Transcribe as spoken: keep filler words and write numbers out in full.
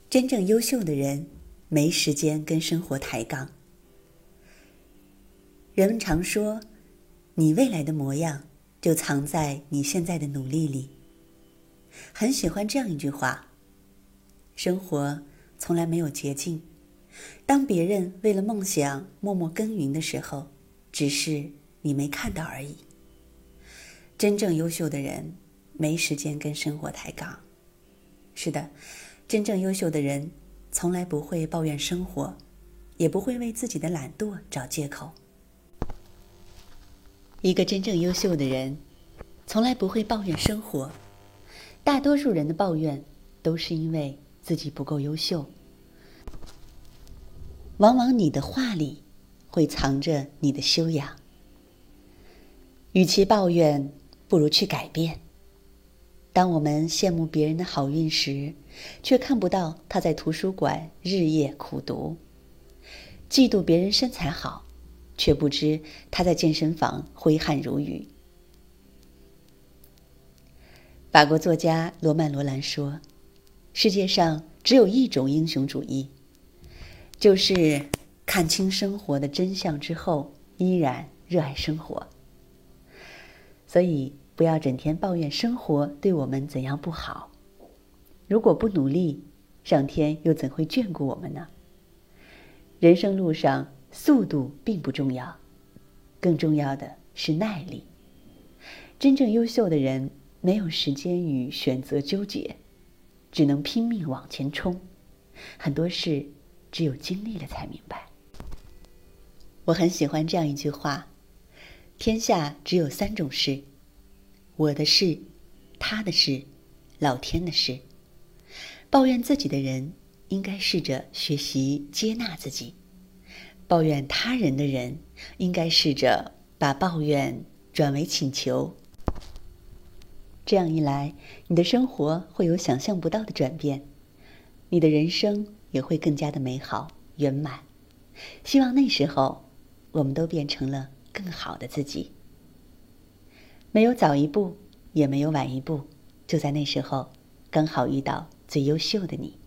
真正优秀的人没时间跟生活抬杠。人们常说，你未来的模样就藏在你现在的努力里。很喜欢这样一句话：生活从来没有捷径，当别人为了梦想默默耕耘的时候，只是你没看到而已。真正优秀的人没时间跟生活抬杠。是的，真正优秀的人从来不会抱怨生活，也不会为自己的懒惰找借口。一个真正优秀的人从来不会抱怨生活，大多数人的抱怨都是因为自己不够优秀。往往你的话里会藏着你的修养。与其抱怨，不如去改变。当我们羡慕别人的好运时，却看不到他在图书馆日夜苦读；嫉妒别人身材好，却不知他在健身房挥汗如雨。法国作家罗曼·罗兰说，世界上只有一种英雄主义，就是看清生活的真相之后，依然热爱生活。所以不要整天抱怨生活对我们怎样不好。如果不努力，上天又怎会眷顾我们呢？人生路上，速度并不重要，更重要的是耐力。真正优秀的人没有时间与选择纠结，只能拼命往前冲。很多事只有经历了才明白。我很喜欢这样一句话：天下只有三种事，我的事，他的事，老天的事。抱怨自己的人应该试着学习接纳自己，抱怨他人的人应该试着把抱怨转为请求。这样一来，你的生活会有想象不到的转变，你的人生也会更加的美好圆满。希望那时候我们都变成了更好的自己。没有早一步，也没有晚一步，就在那时候刚好遇到最优秀的你。